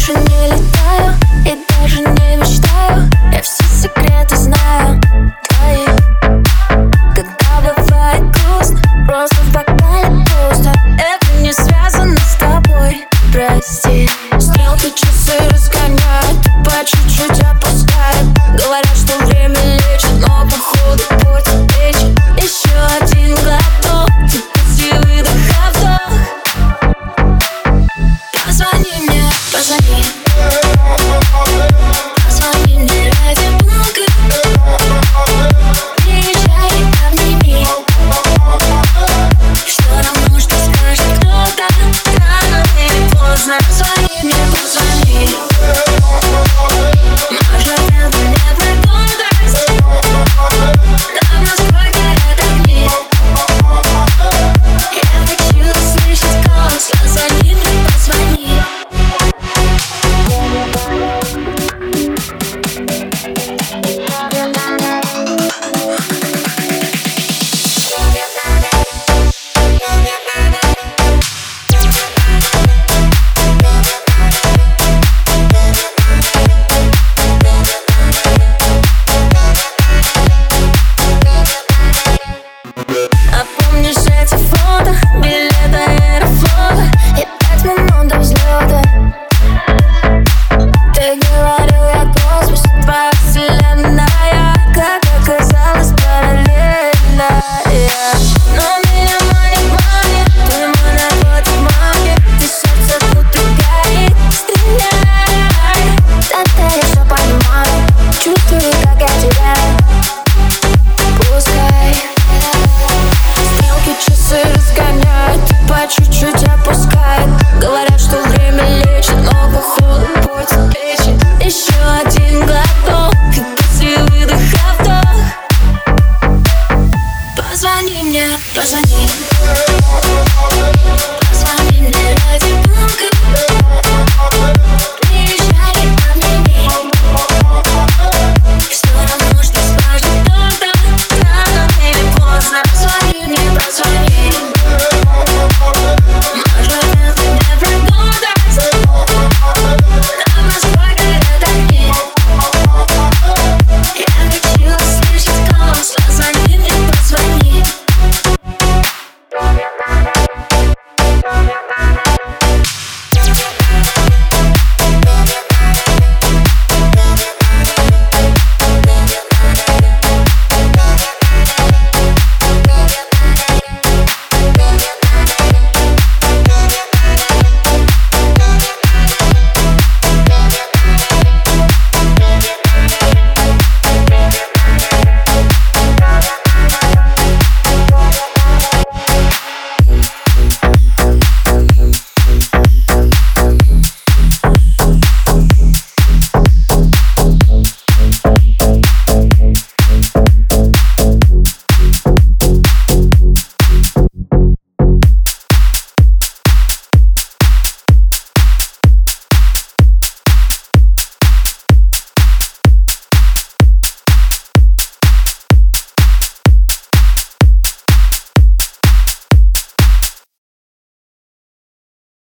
больше не летаю и даже не мечтаю. Я все секреты знаю твои. Когда бывает грустно, просто в бокале пусто. Это не связано с тобой, прости. Стрелки часы разгоняют, по чуть-чуть опускают. Говорят, что время лечит, но походу портит речь. Еще один глоток, ты после выдоха вдох. Позвони мне, позвони. Позвони мне ради блога. Приезжай, обними. Все равно, что скажет кто-то, рано или поздно. Позвони мне, позвони.